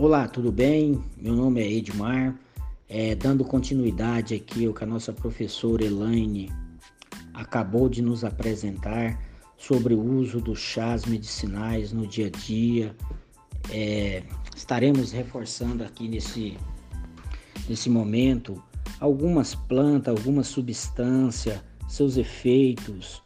Olá, tudo bem? Meu nome é Edmar. Dando continuidade aqui ao que a nossa professora Elaine acabou de nos apresentar sobre o uso dos chás medicinais no dia a dia. Estaremos reforçando aqui nesse momento algumas plantas, algumas substâncias, seus efeitos,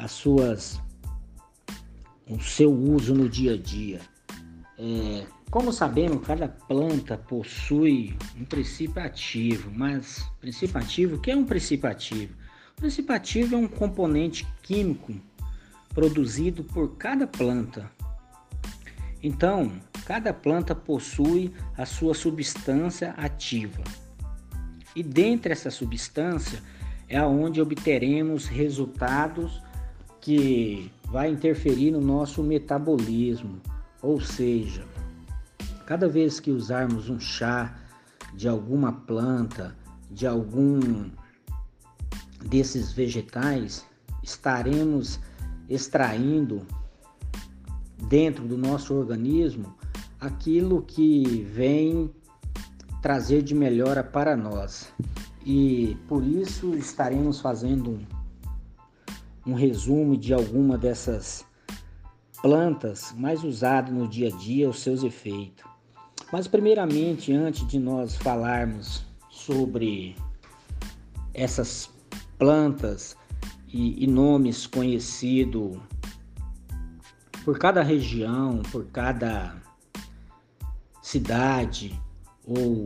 o seu uso no dia a dia. Como sabemos, cada planta possui um princípio ativo, mas princípio ativo, o que é um princípio ativo? O princípio ativo é um componente químico produzido por cada planta. Então, cada planta possui a sua substância ativa. E dentre essa substância é onde obteremos resultados que vai interferir no nosso metabolismo, ou seja, cada vez que usarmos um chá de alguma planta, de algum desses vegetais, estaremos extraindo dentro do nosso organismo aquilo que vem trazer de melhora para nós. E por isso estaremos fazendo um resumo de alguma dessas plantas mais usadas no dia a dia, os seus efeitos. Mas primeiramente, antes de nós falarmos sobre essas plantas e nomes conhecidos por cada região, por cada cidade ou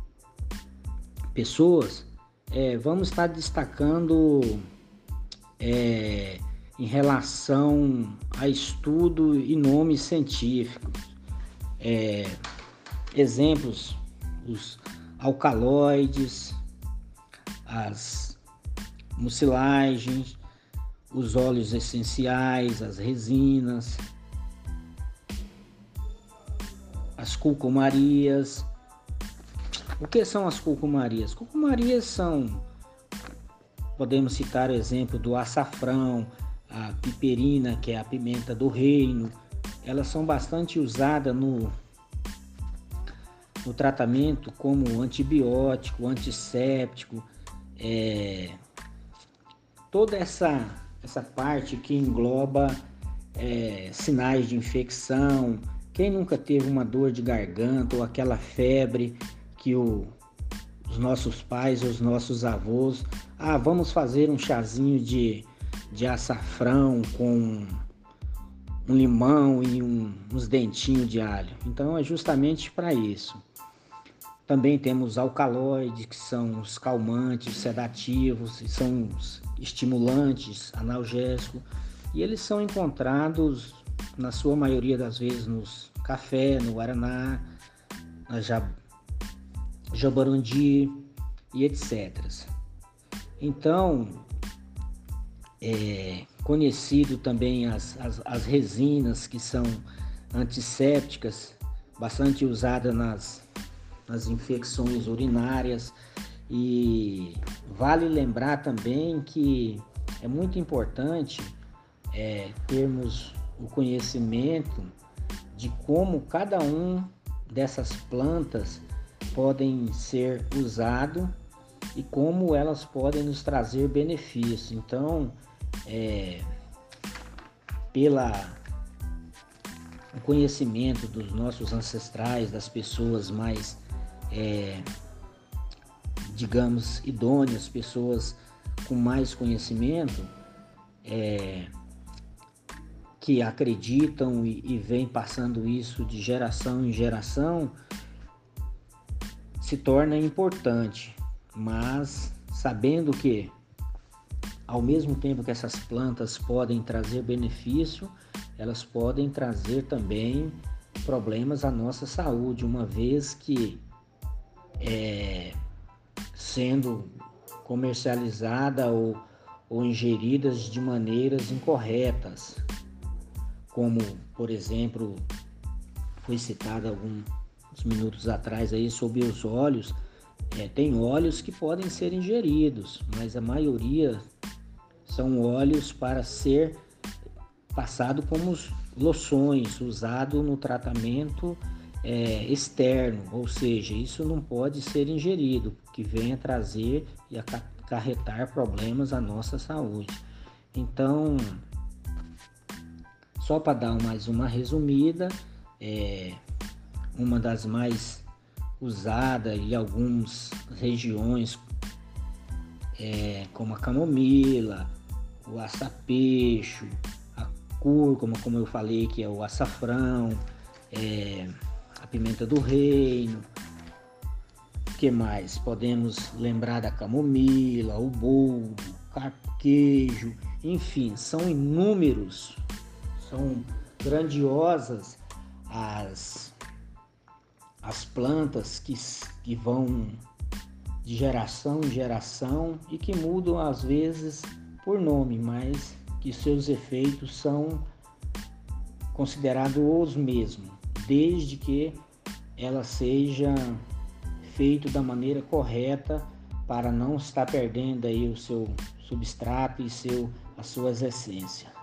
pessoas, vamos estar destacando em relação a estudo e nomes científicos. Exemplos, os alcaloides, as mucilagens, os óleos essenciais, as resinas, as curcumarias. O que são as curcumarias? Curcumarias podemos citar o exemplo do açafrão, a piperina, que é a pimenta do reino. Elas são bastante usadas no tratamento como antibiótico, antisséptico, toda essa parte que engloba sinais de infecção. Quem nunca teve uma dor de garganta ou aquela febre que os nossos pais, os nossos avós, vamos fazer um chazinho de açafrão com um limão e uns dentinhos de alho. Então é justamente para isso. Também temos alcaloides, que são os calmantes, sedativos, e são os estimulantes, analgésicos, e eles são encontrados, na sua maioria das vezes, nos café, no guaraná, na jaborandi e etc. Então, conhecido também as resinas, que são antissépticas, bastante usadas nas infecções urinárias. E vale lembrar também que é muito importante termos o conhecimento de como cada um dessas plantas podem ser usado e como elas podem nos trazer benefícios. Então, pelo conhecimento dos nossos ancestrais, das pessoas mais digamos, idôneas, pessoas com mais conhecimento, que acreditam e vêm passando isso de geração em geração, se torna importante, mas sabendo que, ao mesmo tempo que essas plantas podem trazer benefício, elas podem trazer também problemas à nossa saúde, uma vez que sendo comercializada ou ingeridas de maneiras incorretas, como, por exemplo, foi citado alguns minutos atrás aí sobre os óleos. Tem óleos que podem ser ingeridos, mas a maioria são óleos para ser passado como loções, usado no tratamento externo, ou seja, isso não pode ser ingerido, que venha trazer e acarretar problemas à nossa saúde. Então, só para dar mais uma resumida, uma das mais usadas em algumas regiões, como a camomila, o açapeixo, a cúrcuma, como eu falei, que é o açafrão, a pimenta do reino. O que mais? Podemos lembrar da camomila, o boldo, carquejo, enfim, são inúmeros, são grandiosas as plantas que vão de geração em geração e que mudam às vezes por nome, mas que seus efeitos são considerados os mesmos, desde que ela seja feita da maneira correta para não estar perdendo aí o seu substrato e as suas essências.